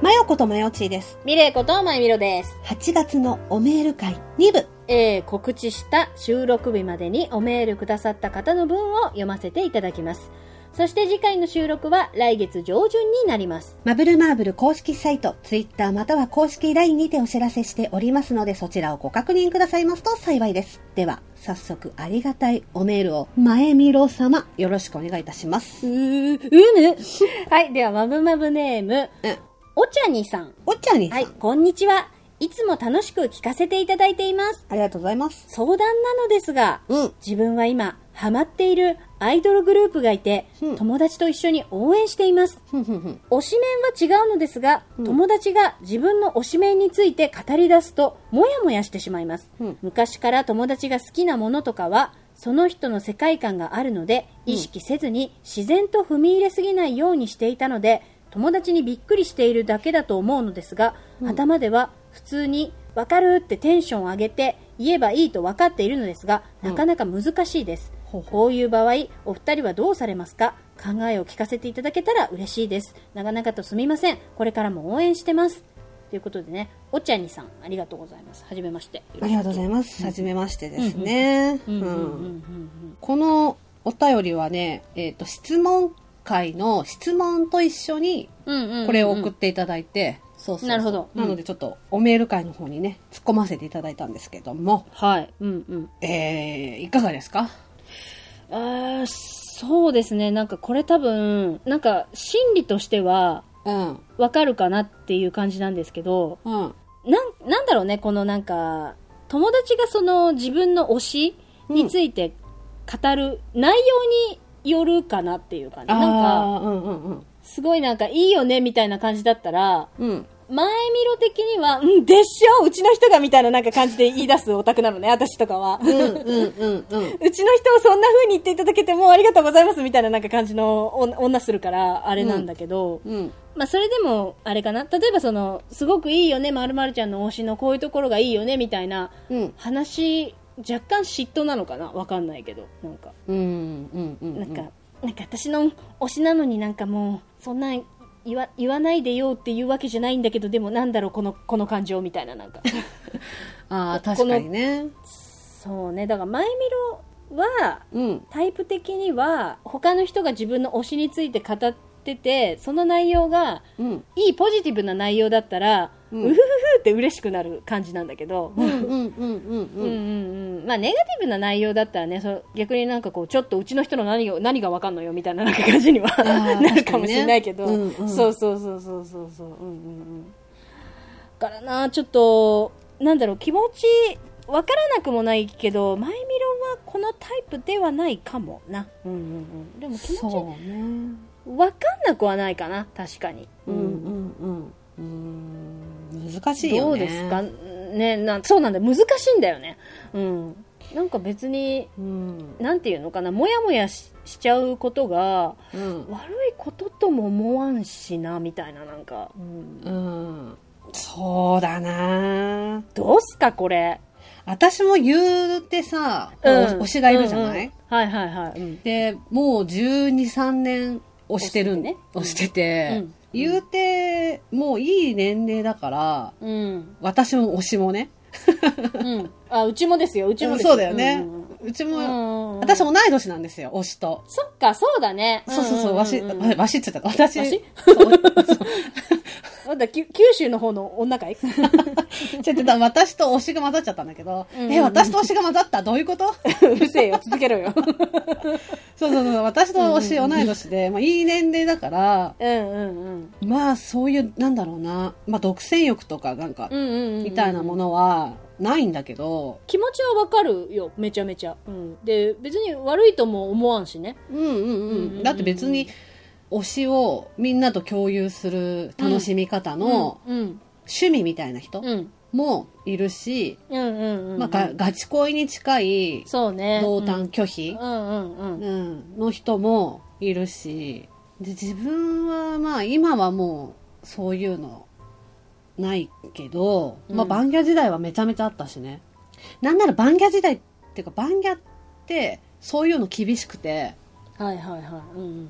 まよことまよちーです。 ミレイことまゆみろです。 8月のおメール会2部。 告知した収録日までにおメールくださった方の文を読ませていただきます。そして次回の収録は来月上旬になります。 マブルマーブル公式サイト、ツイッターまたは公式 LINE にてお知らせしておりますので、そちらをご確認くださいますと幸いです。では、早速ありがたいおメールを、まえみろ様、よろしくお願いいたします。 はい、では、マブマブネーム、おちゃにさん。 おちゃにさん。 はい、こんにちは。いつも楽しく聞かせていただいています。 ありがとうございます。 相談なのですが、自分は今、ハマっているアイドルグループがいて、友達と一緒に応援しています。推しメンは違うのですが、友達が自分の推しメンについて語り出すと、もやもやしてしまいます。昔から友達が好きなものとかは、その人の世界観があるので、意識せずに自然と踏み入れすぎないようにしていたので、友達にびっくりしているだけだと思うのですが、頭では普通にわかるってテンションを上げて言えばいいと分かっているのですが、なかなか難しいです。こういう場合、お二人はどうされますか？考えを聞かせていただけたら嬉しいです。長々とすみません。これからも応援してます。ということでね、おちゃにさん、ありがとうございます。はじめまして。 ありがとうございます。はじめましてですね。このお便りはね、質問会の質問と一緒にこれを送っていただいて、そうなるほど。なのでちょっとおメール会の方にね突っ込ませていただいたんですけども、 はい、 いかがですか？ そうですね。なんかこれ多分なんか心理としてはわかるかなっていう感じなんですけど、なんだろうね、このなんか友達がその自分の推しについて語る内容によるかなっていう感じ。なんか、すごいなんかいいよねみたいな感じだったら、前見ろ的には、でしょうちの人がみたいななんか感じで言い出すオタクなのね、私とかは。うちの人をそんな風に言っていただけてもありがとうございますみたいななんか感じの女するからあれなんだけど、まあそれでもあれかな、例えばそのすごくいいよね〇〇ちゃんの推しのこういうところがいいよねみたいな話、若干嫉妬なのかな、わかんないけど、なんかなんか私の推しなのになんかもうそんな言わないでよっていうわけじゃないんだけど、でもなんだろうこの感情みたいな、なんか確かにね。 そうね、だから前見ろは、タイプ的には他の人が自分の推しについて語ってて、その内容が、いいポジティブな内容だったら、うふふふって嬉しくなる感じなんだけど、まあネガティブな内容だったらね、逆になんかこうちょっとうちの人の何がわかんのよみたいななんか感じにはなるかもしれないけど、そうだからな、ちょっとなんだろう、気持ちわからなくもないけど、前見ろはこのタイプではないかもな。でも気持ちわかんなくはないかな、確かに。 難しいよね。 どうですかね。そうなんだよ、難しいんだよね。なんか別に、なんていうのかな、もやもや しちゃうことが、悪いこととも思わんしなみたいな、なんか、 そうだな。 どうすかこれ。 私も言うてさ、推しがいるじゃない？でもう12、3年推してるね、推してて、言うてもういい年齢だから、私も推しもね、 うちもですよ、うちもですよ。 そうだよね、うちも、私同い年なんですよ、推しと。 そっか、そうだね。 そう、わしって言ってた。私まだ九州の方の女かい？ 私と推しが混ざっちゃったんだけど、私と推しが混ざった？どういうこと？ うるせえよ、続けろよ。 そう、私と推し同い年で、いい年齢だから、まあそういう、なんだろうな、独占欲とかなんか、みたいなものはないんだけど、 気持ちはわかるよ、めちゃめちゃ。で、別に悪いとも思わんしね。 だって別に、推しをみんなと共有する楽しみ方の趣味みたいな人もいるし、ガチ恋に近い同担拒否の人もいるし、で自分は今はもうそういうのないけど、バンギャ時代はめちゃめちゃあったしね。なんならバンギャ時代っていうか、バンギャってそういうの厳しくて、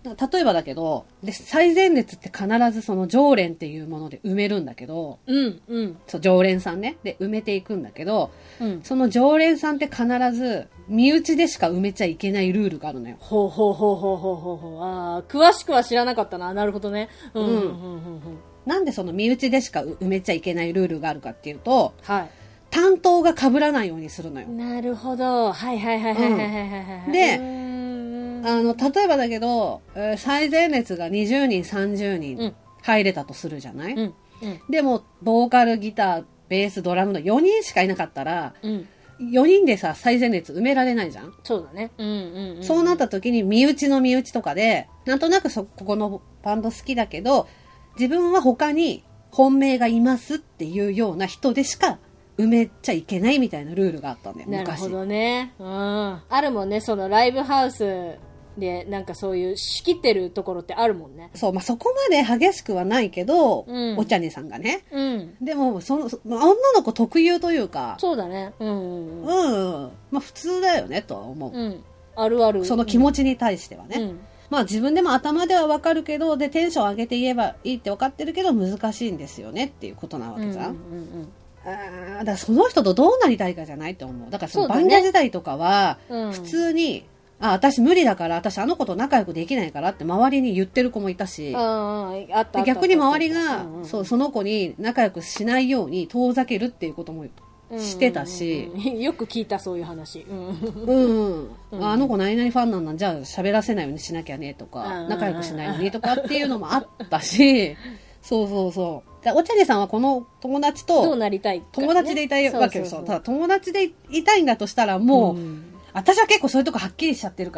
例えばだけど、で、最前列って必ずその常連っていうもので埋めるんだけど、そう、常連さんね。で、埋めていくんだけど、その常連さんって必ず、身内でしか埋めちゃいけないルールがあるのよ。 ほう。ああ、詳しくは知らなかったな。なるほどね。 なんでその身内でしか埋めちゃいけないルールがあるかっていうと、 はい。 担当が被らないようにするのよ。 なるほど。はい。 で、例えばだけど、最前列が20人、30人入れたとするじゃない、でも、ボーカル、ギター、ベース、ドラムの4人しかいなかったら、4人でさ、最前列埋められないじゃん。 そうだね。 そうなった時に、身内の身内とかで、なんとなくここのバンド好きだけど、自分は他に本命がいますっていうような人でしか埋めちゃいけないみたいなルールがあったんだよ、 昔。なるほどね。あるもんね、そのライブハウスで、なんかそういう仕切ってるところってあるもんね。 そう、そこまで激しくはないけど、お茶にさんがね。でも、女の子特有というか。 そうだね。 普通だよね、とは思う。 あるある。 その気持ちに対してはね。自分でも頭ではわかるけど、で、テンション上げて言えばいいってわかってるけど、難しいんですよねっていうことなわけじゃん。だからその人とどうなりたいかじゃないって思う。だからそのバンギャ時代とかは、普通に、私無理だから、私あの子と仲良くできないからって周りに言ってる子もいたし、逆に周りが、その子に仲良くしないように遠ざけるっていうこともしてたし。 よく聞いた、そういう話。 あの子何々ファンなんだ、じゃあ喋らせないようにしなきゃねとか、仲良くしないようにとかっていうのもあったし、そう。お茶にさんはこの友達と、 どうなりたい、 友達でいたいわけでしょ。ただ友達でいたいんだとしたらもう、私は結構そういうとこはっきりしちゃってるから、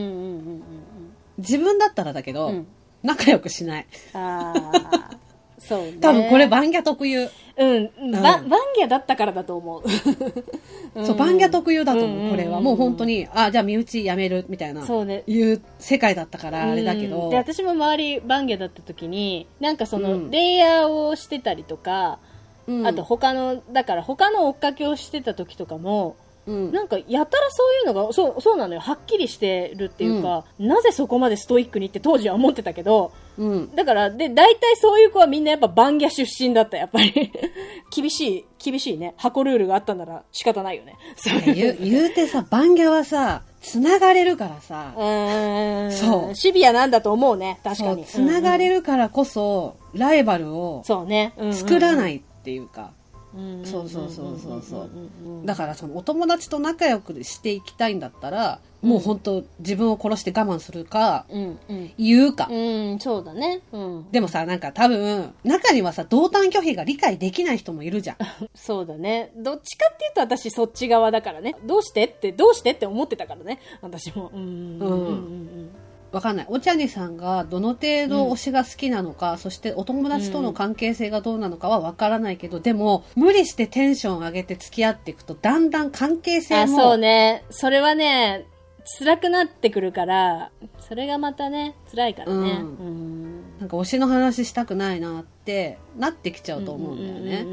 自分だったらだけど、仲良くしない。 そうね。 多分これバンギャ特有。 バンギャだったからだと思う。 そう、バンギャ特有だと思う、これは。もう本当に、じゃあ身内やめる、みたいな。 そうね。 いう世界だったから、あれだけど。 で、私も周りバンギャだった時に、なんかその、レイヤーをしてたりとか、あと他の追っかけをしてた時とかも、なんかやたらそういうのがそうなのよ、はっきりしてるっていうか、なぜそこまでストイックにって当時は思ってたけど、だからで大体そういう子はみんなやっぱバンギャ出身だった、やっぱり厳しいね。箱ルールがあったなら仕方ないよね。 言うてさ、バンギャはさ、繋がれるからさ、 そうシビアなんだと思うね、確かに。 繋がれるからこそライバルを作らないっていうか。そう。だからそのお友達と仲良くしていきたいんだったら、もう本当自分を殺して我慢するか、言うか。 そうだね。 でもさ、なんか多分、中にはさ、同担拒否が理解できない人もいるじゃん。 そうだね。どっちかっていうと私そっち側だからね。どうしてって思ってたからね。私も。 わかんない。お茶にさんがどの程度推しが好きなのか、そしてお友達との関係性がどうなのかはわからないけど、でも、無理してテンション上げて付き合っていくと、だんだん関係性も。 そうね。それはね、辛くなってくるから、それがまたね、辛いからね。 なんか推しの話したくないなってなってきちゃうと思うんだよね。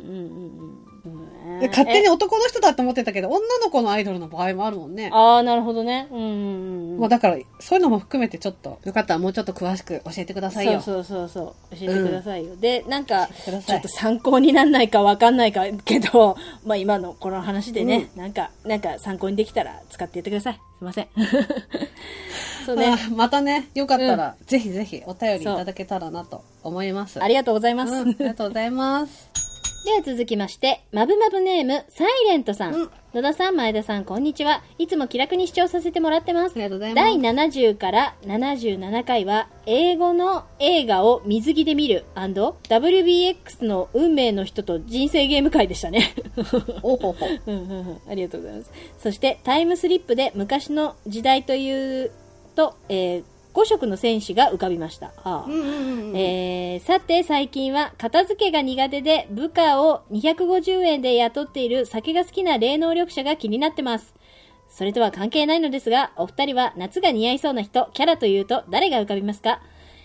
勝手に男の人だと思ってたけど、女の子のアイドルの場合もあるもんね。 なるほどね。 だから、そういうのも含めてちょっと、よかったらもうちょっと詳しく教えてくださいよ。 そう。教えてくださいよ。で、なんか、ちょっと参考になんないかわかんないかけど、今のこの話でね、なんか参考にできたら使ってやってください。すいません。 そうね。またね、よかったら、ぜひぜひお便りいただけたらなと思います。 ありがとうございます。 ありがとうございます。 では続きまして、まぶまぶネーム、サイレントさん。野田さん、前田さん、こんにちは。いつも気楽に視聴させてもらってます。 ありがとうございます。 第70から77回は、英語の映画を水着で見る &WBX の運命の人と人生ゲーム会でしたね。ありがとうございます。そして、タイムスリップで昔の時代というと、5色の戦士が浮かびました。さて最近は片付けが苦手で部下を250円で雇っている酒が好きな霊能力者が気になってます。それとは関係ないのですが、お二人は夏が似合いそうな人、キャラというと誰が浮かびますか？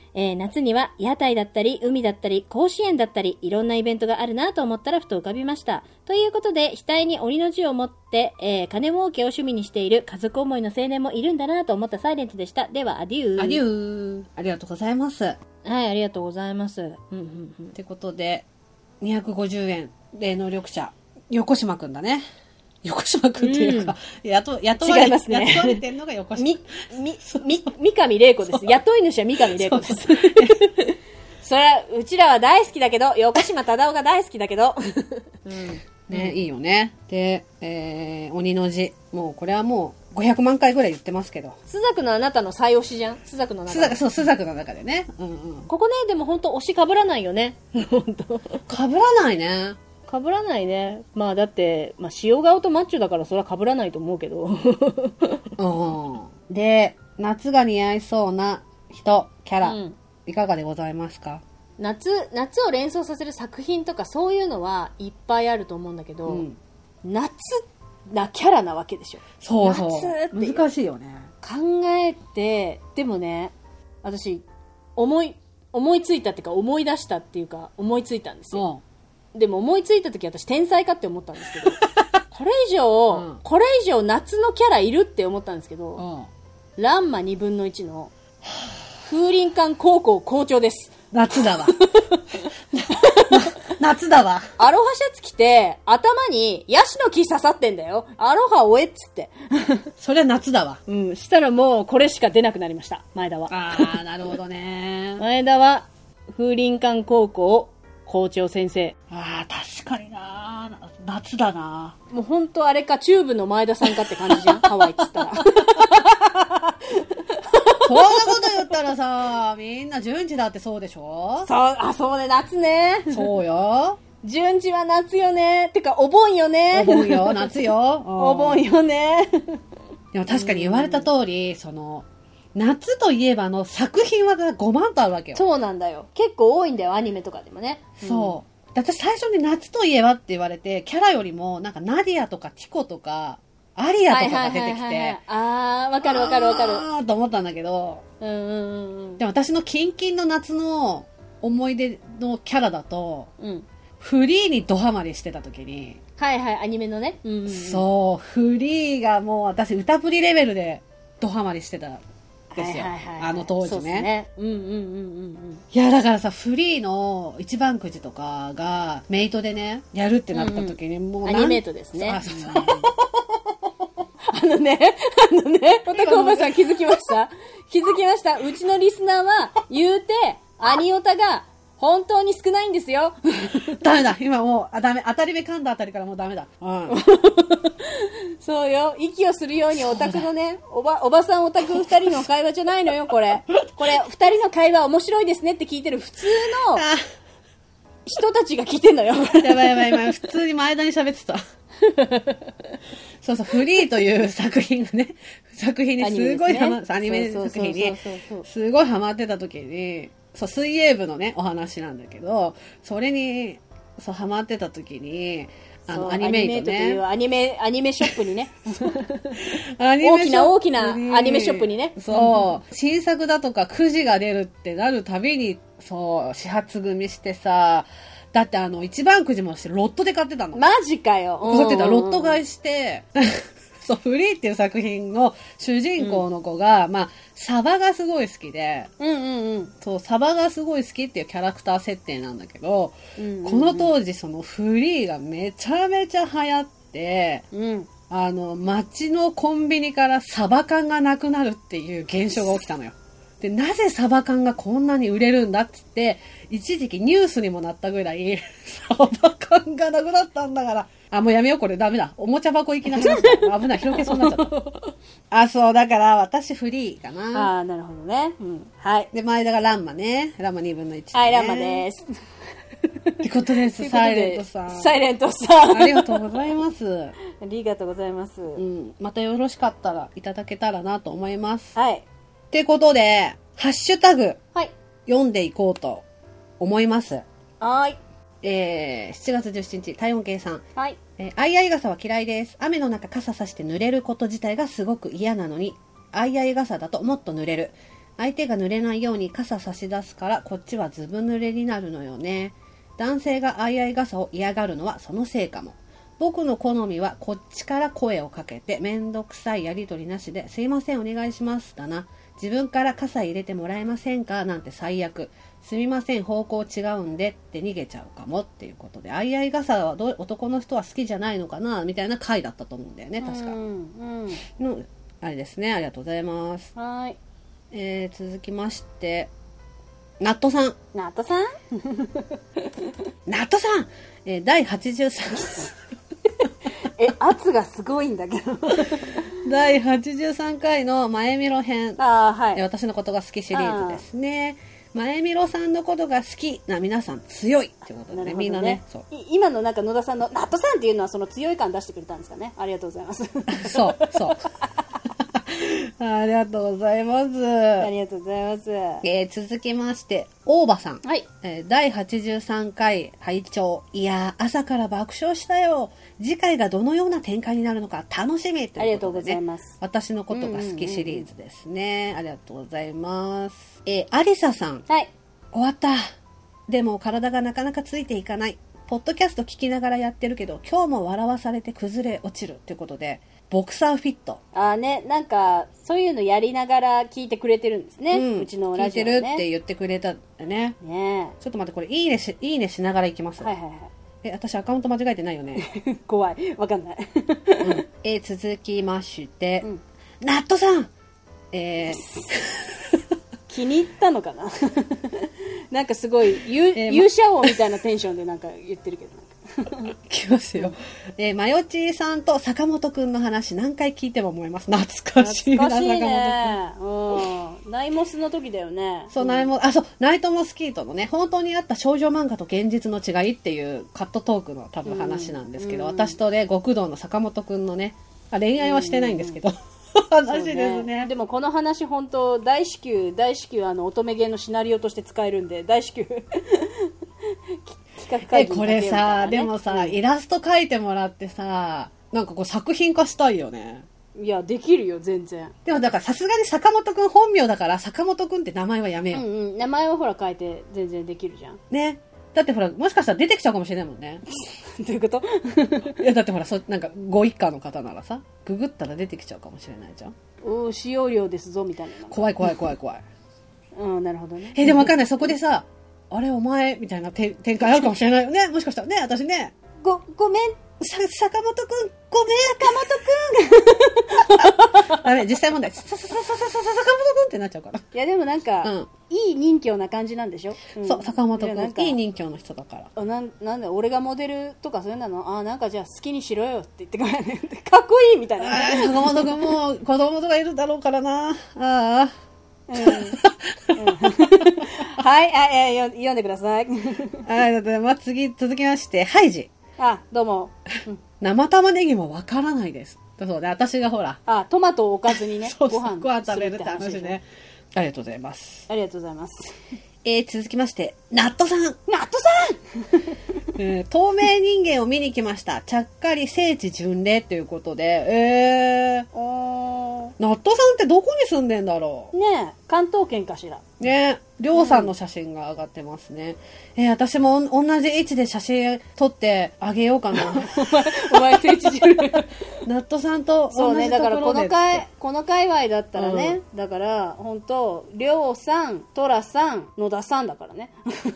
夏には屋台だったり、海だったり、甲子園だったり、いろんなイベントがあるなと思ったらふと浮かびました。ということで、額に鬼の字を持って、金儲けを趣味にしている家族思いの青年もいるんだなと思ったサイレントでした。では、アデュー。 アデュー。ありがとうございます。はい、 ありがとうございます。 ってことで、250円、霊能力者、横島くんだね。横島くんっていうか、雇われてんのが横島。 三上玲子です。雇い主は三上玲子です。それは、うちらは大好きだけど、横島忠夫が大好きだけど。 ね、いいよね。で、鬼の字。もう、これはもう、500万回ぐらい言ってますけど。 スザクのあなたの最推しじゃん。スザクの中で。 そう、スザクの中でね。 ここね、でも本当推し被らないよね。本当。 被らないね。 被らないね。まあだって、塩顔とマッチョだからそれは被らないと思うけど。 で、夏が似合いそうな人、キャラ、いかがでございますか？ 夏を連想させる作品とかそういうのはいっぱいあると思うんだけど、夏なキャラなわけでしょ。 そうそう。難しいよね。 考えて、でもね、私、思いついたっていうか思い出したっていうか思いついたんですよ。でも思いついた時私天才かって思ったんですけど、これ以上夏のキャラいるって思ったんですけど、ランマ2分の1の風林館高校校長です。 夏だわ。夏だわ。 アロハシャツ着て、頭にヤシの木刺さってんだよ。アロハおえっつって。 それは夏だわ。 したらもうこれしか出なくなりました。前田は。 なるほどね。 前田は、風林館高校校長先生。 確かにな。夏だな。 もうほんとあれか、チューブの前田さんかって感じじゃん。ハワイっつったら。 そんなこと言ったらさ、みんな順次だってそうでしょ？ そうね、夏ね。 そうよ。 順次は夏よね。てか、お盆よね。 お盆よ、夏よ。 お盆よね。 でも確かに言われた通り、夏といえばの作品は5万とあるわけよ。 そうなんだよ。結構多いんだよ、アニメとかでもね。 そう。私最初に夏といえばって言われて、キャラよりも、なんかナディアとかティコとか、アリアとかが出てきて。 わかる。 と思ったんだけど。でも私のキンキンの夏の思い出のキャラだと、フリーにドハマりしてた時に。 アニメのね。 そう、フリーがもう私歌プリレベルでドハマりしてたんですよ。あの当時ね。いや、だからさ、フリーの一番くじとかがメイトでね、やるってなった時にもうアニメートですね。 そうあのね、おたくおばさん気づきましたうちのリスナーは、言うて、アニオタが、本当に少ないんですよ。 ダメだ。今もう、ダメ。当たり目噛んだあたりからもうダメだ。 そうよ。息をするようにオタクのね、おばさんオタク二人の会話じゃないのよ、これ。二人の会話面白いですねって聞いてる普通の人たちが聞いてんのよ。 やばい。普通に前田に喋ってた。そう、フリーという作品がね、作品にすごいアニメ作品にすごいハマってた時に、水泳部のね、お話なんだけど、それに、ハマってた時に、アニメイトね。というアニメショップにね。大きなアニメショップにね。 そう。新作だとかくじが出るってなるたびに、始発組してさ、だって一番くじもしてロットで買ってたの。 マジかよ。 買ってた。ロット買いして、フリーっていう作品の主人公の子が、サバがすごい好きで、サバがすごい好きっていうキャラクター設定なんだけど、この当時フリーがめちゃめちゃ流行って、街のコンビニからサバ缶がなくなるっていう現象が起きたのよ。で、なぜサバ缶がこんなに売れるんだって言って、一時期ニュースにもなったぐらい、サバ缶がなくなったんだから、もうやめよう、これダメだ。おもちゃ箱行きながら。危ない、広げそうになっちゃった。そう、だから私フリーかな。 なるほどね。はい。 で、前田がランマね。ランマ2分の1、ね。 はい、ランマです。 ってことです、サイレントさん。 サイレントさん。 ありがとうございます。 ありがとうございます。 またよろしかったらいただけたらなと思います。 はい。 ってことで、ハッシュタグ、 はい。 読んでいこうと思います。 はい。 7月17日、体温計さん。 はい。 あいあい傘は嫌いです。雨の中傘さして濡れること自体がすごく嫌なのに、あいあい傘だともっと濡れる。 相手が濡れないように傘差し出すからこっちはずぶ濡れになるのよね。男性が相合い傘を嫌がるのはそのせいかも。僕の好みはこっちから声をかけてめんどくさいやりとりなしですいませんお願いしますだな。自分から傘入れてもらえませんかなんて最悪。すみません方向違うんでって逃げちゃうかもっていうことで、相合い傘は男の人は好きじゃないのかなみたいな回だったと思うんだよね、確か。のあれですね。ありがとうございます。 はい。 続きましてナットさん。 ナットさんナットさん、第83 圧がすごいんだけど第83回の前みろ編、 はい、 私のことが好きシリーズですね。前みろさんのことが好きな皆さん強いってことで、ね、みんなね。そう今のなんか野田さんのナットさんっていうのはその強い感出してくれたんですかね。ありがとうございますそうありがとうございます。 ありがとうございます。 続きまして、大場さん。 はい。 第83回拝聴。いやー、朝から爆笑したよ。次回がどのような展開になるのか楽しみということで、ね。 ありがとうございます。 私のことが好きシリーズですね。ありがとうございます。アリサさん。 はい。 終わった。でも体がなかなかついていかない。ポッドキャスト聞きながらやってるけど、今日も笑わされて崩れ落ちるということで、ボクサーフィット。 ね、なんかそういうのやりながら聞いてくれてるんですね。うちのラジオね。 聞いてるって言ってくれたね。 ね。 ちょっと待って、これいいねしながらいきます。 はいはいはい。 私アカウント間違えてないよね。 怖い、わかんない。 続きまして、ナットさん。 気に入ったのかな。なんかすごい勇者王みたいなテンションでなんか言ってるけど。 いきますよ。まよちさんと坂本くんの話何回聞いても思います。懐かしいな。 懐かしいね。ナイモスの時だよね。 そう、ナイトモスキートのね、本当にあった少女漫画と現実の違いっていうカットトークの多分話なんですけど、私とね、極道の坂本くんのね、恋愛はしてないんですけど、話ですね。 でもこの話本当大至急乙女芸のシナリオとして使えるんで、大至急これさ、でもさ、イラスト描いてもらってさ、なんかこう作品化したいよね。 いや、できるよ、全然。 でもだからさすがに坂本くん本名だから、坂本くんって名前はやめよう。 名前はほら変えて全然できるじゃん。 ね。だってほら、もしかしたら出てきちゃうかもしれないもんね。 どういうこといや、だってほら、なんか、ご一家の方ならさ、ググったら出てきちゃうかもしれないじゃん。 使用料ですぞ、みたいな。 怖い。 なるほどね。 でもわかんない。そこでさ、あれお前みたいな展開あるかもしれないよね。もしかしたらね、私ね。 ごめん。 坂本くん、ごめん。坂本くん。ダメ、実際問題。坂本くんってなっちゃうから。 いや、でもなんか、いい人形な感じなんでしょ。 そう、坂本くん。いい人形の人だから。 なんだ、俺がモデルとかそういうの、なんかじゃあ好きにしろよって言ってくれね。かっこいいみたいな。 坂本くんも子供とかいるだろうからな。 はい、読んでください。 ありがとうございます。続きまして、ハイジ。 どうも。 生玉ねぎもわからないです。そうで、私がほら。 トマトを置かずにね、 ご飯食べるって話ね。ありがとうございます。 ありがとうございます。 続きまして、ナットさん。 ナットさん透明人間を見に来ました。ちゃっかり聖地巡礼ということで、ナットさんってどこに住んでんだろうね。関東圏かしらね。りょうさんの写真が上がってますね。私も同じ位置で写真撮ってあげようかな。 お前聖地巡礼。 ナットさんと同じところで。そうね、 だからこの界隈だったらね、だから本当りょうさん、トラさん、野田さんだからね。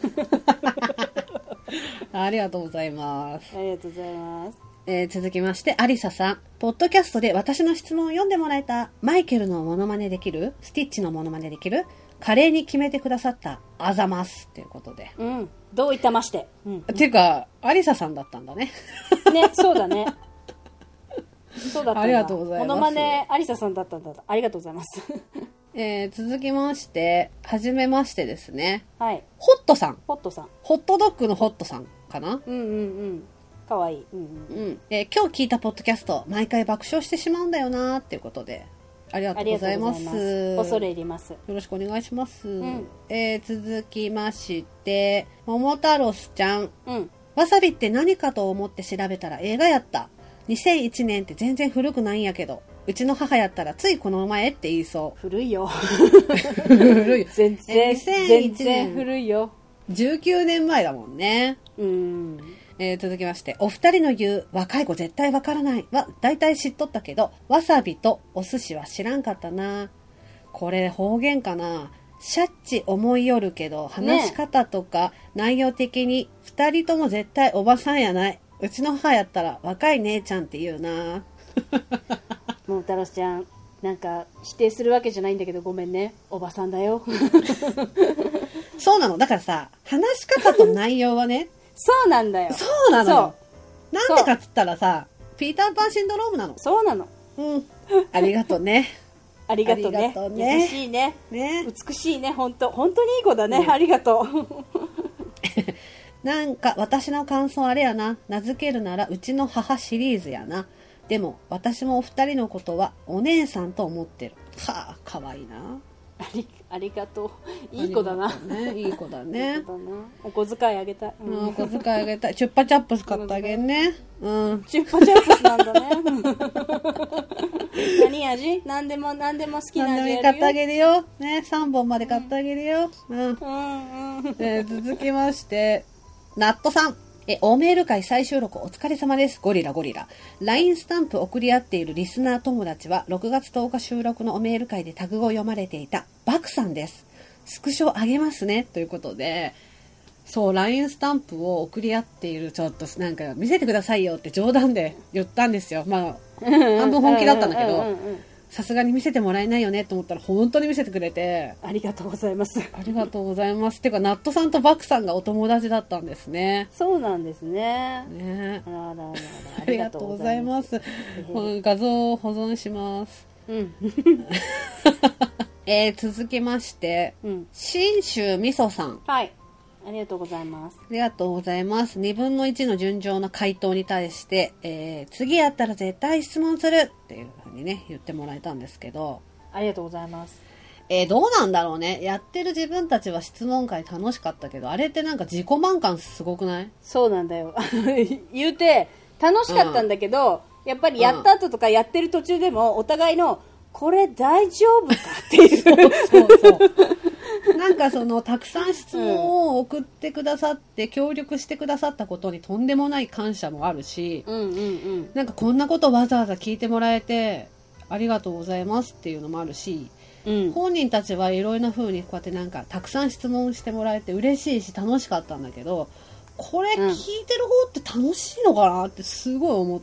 ありがとうございます。 ありがとうございます。 続きまして、アリサさん。ポッドキャストで私の質問を読んでもらえた。マイケルのモノマネできる？スティッチのモノマネできる？華麗に決めてくださったあざますっていうことで。 どういたまして。 っていうか、アリサさんだったんだね。 ね、そうだね。そうだったんだ。 ありがとうございます。 モノマネアリサさんだったんだ。ありがとうございます。 続きまして、はじめましてですね。 はい。 ホットさん。 ホットさん。 ホットドッグのホットさんかな？ かわいい。 今日聞いたポッドキャスト、毎回爆笑してしまうんだよなーっていうことで。ありがとうございます。 恐れ入ります。 よろしくお願いします。続きまして、桃太郎ちゃん。わさびって何かと思って調べたら映画やった。2001年って全然古くないんやけど。 うちの母やったらついこの前って言いそう。 古いよ。 古い。 全然古いよ。 19年前だもんね。続きまして、お二人の言う若い子絶対わからないは大体知っとったけど、わさびとお寿司は知らんかったな。これ方言かな。しゃっち思いよるけど、話し方とか内容的に二人とも絶対おばさんやない。うちの母やったら若い姉ちゃんって言うな。 もう太郎ちゃん、なんか否定するわけじゃないんだけどごめんね、おばさんだよ。 そうなの。だからさ、話し方と内容はね。 そうなんだよ。 そうなのよ。なんでかっつったらさ、ピーターパンシンドロームなの。 そうなの。 ありがとうね。 ありがとうね。優しいね。美しいね。本当にいい子だね。ありがとう。 なんか私の感想あれやな。名付けるならうちの母シリーズやな。でも私もお二人のことはお姉さんと思ってる。はあ、かわいいな。 ありがとう。いい子だな。 いい子だね。 お小遣いあげたい。 お小遣いあげたい。チュッパチャップス買ってあげんね。 チュッパチャップスなんだね。何味？何でも好きな味やるよ。 買ってあげるよ。ね、3本まで買ってあげるよ。続きまして、ナットさん。おメール会再収録お疲れ様です。ゴリラ。LINE スタンプ送り合っているリスナー友達は、6月10日収録のおメール会でタグを読まれていたバクさんです。スクショあげますね。ということで、そう、LINE スタンプを送り合っている、ちょっとなんか見せてくださいよって冗談で言ったんですよ。まあ、半分本気だったんだけど、さすがに見せてもらえないよねと思ったら本当に見せてくれて、 ありがとうございます。 ありがとうございます。てかナットさんとバクさんがお友達だったんですね。 そうなんですね。 ありがとうございます。画像を保存します。続きまして、信州みそさん。 はい。ありがとうございます。 ありがとうございます。2分の1の順調な回答に対して、次やったら絶対質問するっていうふうにね、言ってもらえたんですけど。 ありがとうございます。 どうなんだろうね。やってる自分たちは質問会楽しかったけど、あれってなんか自己満感すごくない？ そうなんだよ。言うて、楽しかったんだけど、やっぱりやった後とかやってる途中でも、お互いの、これ大丈夫かっていう。 そうなんかたくさん質問を送ってくださって、協力してくださったことにとんでもない感謝もあるし、なんかこんなことわざわざ聞いてもらえてありがとうございますっていうのもあるし、本人たちはいろいろな風にこうやってなんかたくさん質問してもらえて嬉しいし楽しかったんだけど、これ聞いてる方って楽しいのかなってすごい思って。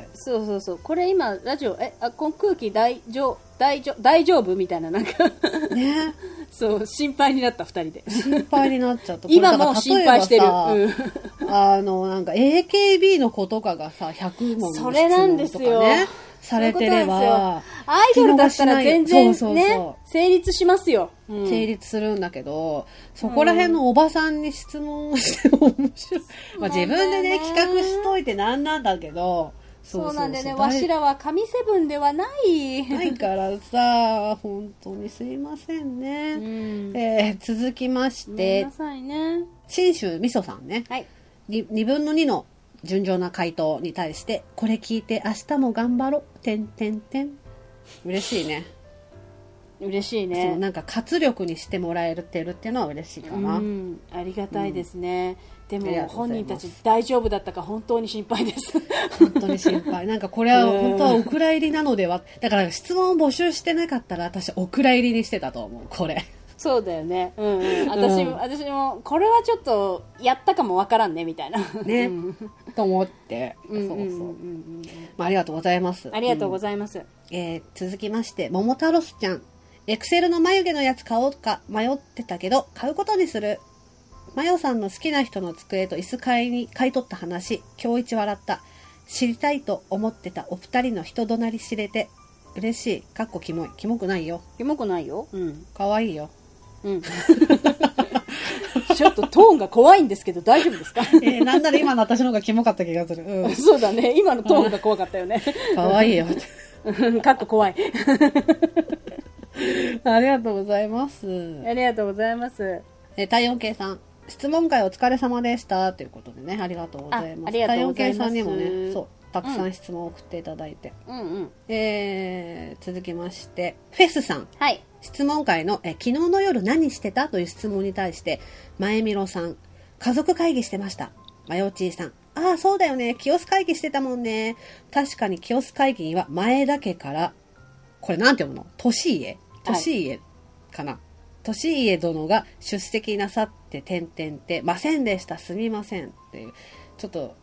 そうこれ今ラジオこの空気大丈夫みたいななんかねそう心配になった2人で心配になっちゃった。 今も心配してる。 なんか AKB の子とかがさ100問の質問とかねそれなんですよされてればアイドルだったら全然ね成立しますよ、 成立するんだけど、そこら辺のおばさんに質問しても面白い、自分でね企画しといてなんだけど、 そうなんだよね。わしらは神セブンではないからさ、本当にすいませんね。続きまして、信州みそさんね、2分の2の順調な回答に対して、これ聞いて明日も頑張ろ嬉しいね。 嬉しいね。 そうなんか活力にしてもらえてるっていうのは嬉しいかな。 ありがたいですね。でも本人たち大丈夫だったか本当に心配です。 本当に心配。なんかこれは本当はお蔵入りなのでは。だから質問を募集してなかったら私お蔵入りにしてたと思う。これ。 そうだよね。私もこれはちょっとやったかもわからんねみたいな。ね。 と思って。ありがとうございます。 ありがとうございます。 続きまして桃太郎ちゃん。エクセルの眉毛のやつ買おうか迷ってたけど買うことにする。マヨさんの好きな人の机と椅子買い取った話、今日一笑った。知りたいと思ってたお二人の人となり知れて嬉しい。かっこキモい。キモくないよ。 キモくないよ。 かわいいよ。 ちょっとトーンが怖いんですけど大丈夫ですか？ なんなら今の私の方がキモかった気がする。 そうだね。今のトーンが怖かったよね。 かわいいよ。 かっこ怖い。 ありがとうございます。 ありがとうございます。 体温計さん。質問会お疲れ様でしたということでね、ありがとうございます。 ありがとうございます。 体温計さんにもね、そうたくさん質問を送っていただいて。 うん続きまして、フェスさん。 はい。 質問会の昨日の夜何してたという質問に対して、前みろさん、家族会議してました。まよちーさん、ああ、そうだよね。清須会議してたもんね。確かに清須会議には前田家から、これなんて読むの？利家かな。利家殿が出席なさってませんでした。すみません。っていう。ちょっと。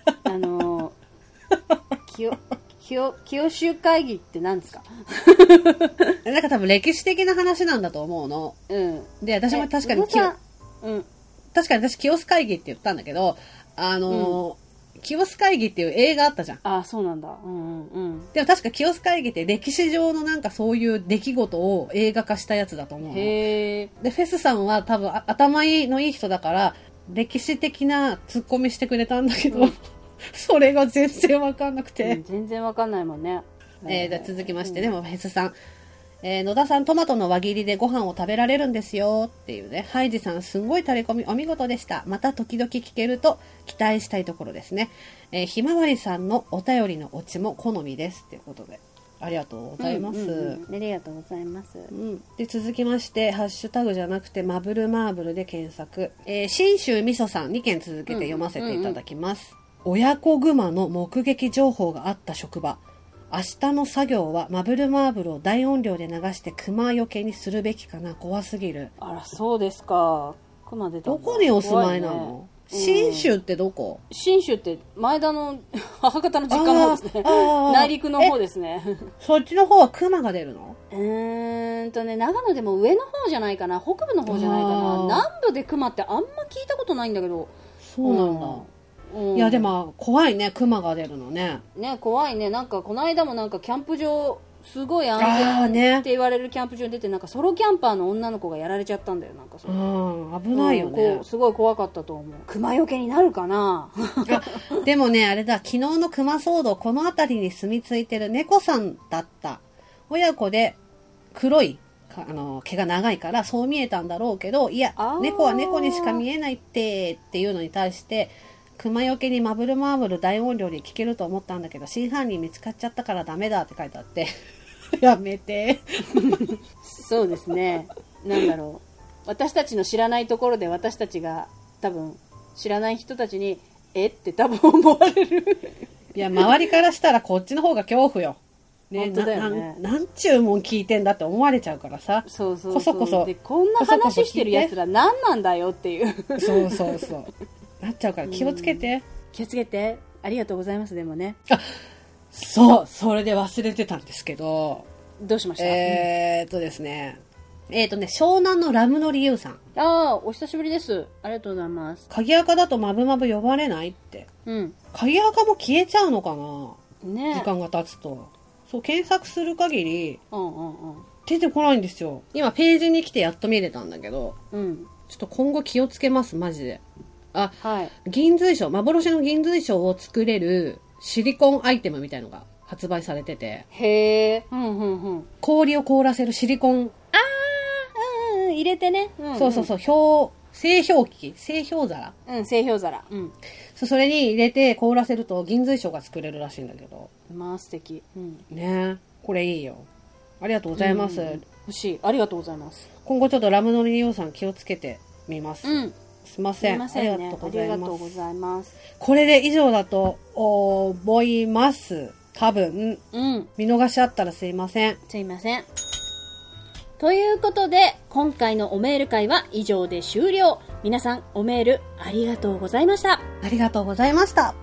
清州会議って何ですか？ なんか多分歴史的な話なんだと思うの。 うん。 で、私も確かに確かに私清須会議って言ったんだけど、清須会議っていう映画あったじゃん。 ああ、そうなんだ。うんうんうん。 でも確か清須会議って歴史上のなんかそういう出来事を映画化したやつだと思うの。 へー。 で、フェスさんは多分頭のいい人だから、歴史的なツッコミしてくれたんだけど、それが全然わかんなくて。 全然わかんないもんね。 じゃあ続きまして、でもフェスさん。野田さんトマトの輪切りでご飯を食べられるんですよっていうね。ハイジさんすんごいタレコミお見事でした。また時々聞けると期待したいところですね。ひまわりさんのお便りのオチも好みですっていうことで。ありがとうございます。 ありがとうございます。 で、続きまして、ハッシュタグじゃなくてマーブルで検索。信州みそさん2件続けて読ませていただきます。親子熊の目撃情報があった職場。明日の作業はマーブルを大音量で流して熊よけにするべきかな。怖すぎる。 あら、そうですか。熊出た。 どこにお住まいなの？信州ってどこ？ 信州って前田の母方の実家の方ですね。内陸の方ですね。 そっちの方は熊が出るの？ 長野でも上の方じゃないかな。北部の方じゃないかな。南部で熊ってあんま聞いたことないんだけど。 そうなんだ。いやでも怖いね、熊が出るのね。 ね、怖いね。なんかこの間もなんかキャンプ場すごい安全って言われるキャンプ場に出て、なんかソロキャンパーの女の子がやられちゃったんだよ。なんかそ危ないよね。 すごい怖かったと思う。熊よけになるかな。 でもね、あれだ、昨日の熊騒動、この辺りに住み着いてる猫さんだった。親子で黒い毛が長いからそう見えたんだろうけど、いや、猫は猫にしか見えないっていうのに対して、熊よけにマーブル大音量で聞けると思ったんだけど、真犯人見つかっちゃったからダメだって書いてあって。やめて。 そうですね。なんだろう。私たちの知らないところで私たちが多分知らない人たちに、って多分思われる。 いや、周りからしたらこっちの方が恐怖よ。ね、 本当だよね。 なんちゅうもん聞いてんだって思われちゃうからさ。 そうそうそう。 こそこそ。 で、こんな話してる奴ら何なんだよっていう。 そうそうそう。なっちゃうから気をつけて。 気をつけて。ありがとうございます、でもね。 そう、それで忘れてたんですけど。 どうしました？ ですね。湘南のラムの理由さん。 お久しぶりです。ありがとうございます。 鍵垢だとまぶ呼ばれないって。鍵垢も消えちゃうのかな？ね。時間が経つと。そう、検索する限り、出てこないんですよ。今ページに来てやっと見れたんだけど、ちょっと今後気をつけます、マジで。銀髄晶、幻の銀髄晶を作れるシリコンアイテムみたいのが発売されてて。 へー。氷を凍らせるシリコン。 入れてね。 そうそうそう、製氷機、製氷皿。 製氷皿。 それに入れて凍らせると銀髄晶が作れるらしいんだけど。 まあ素敵。 ね、これいいよ。ありがとうございます。 欲しい。ありがとうございます。 今後ちょっとラムのリオさん気をつけてみます。すいません。 ありがとうございます。 これで以上だと思います。多分。見逃しあったらすいません。 すいません。ということで、今回のおメール会は以上で終了。皆さん、おメールありがとうございました。 ありがとうございました。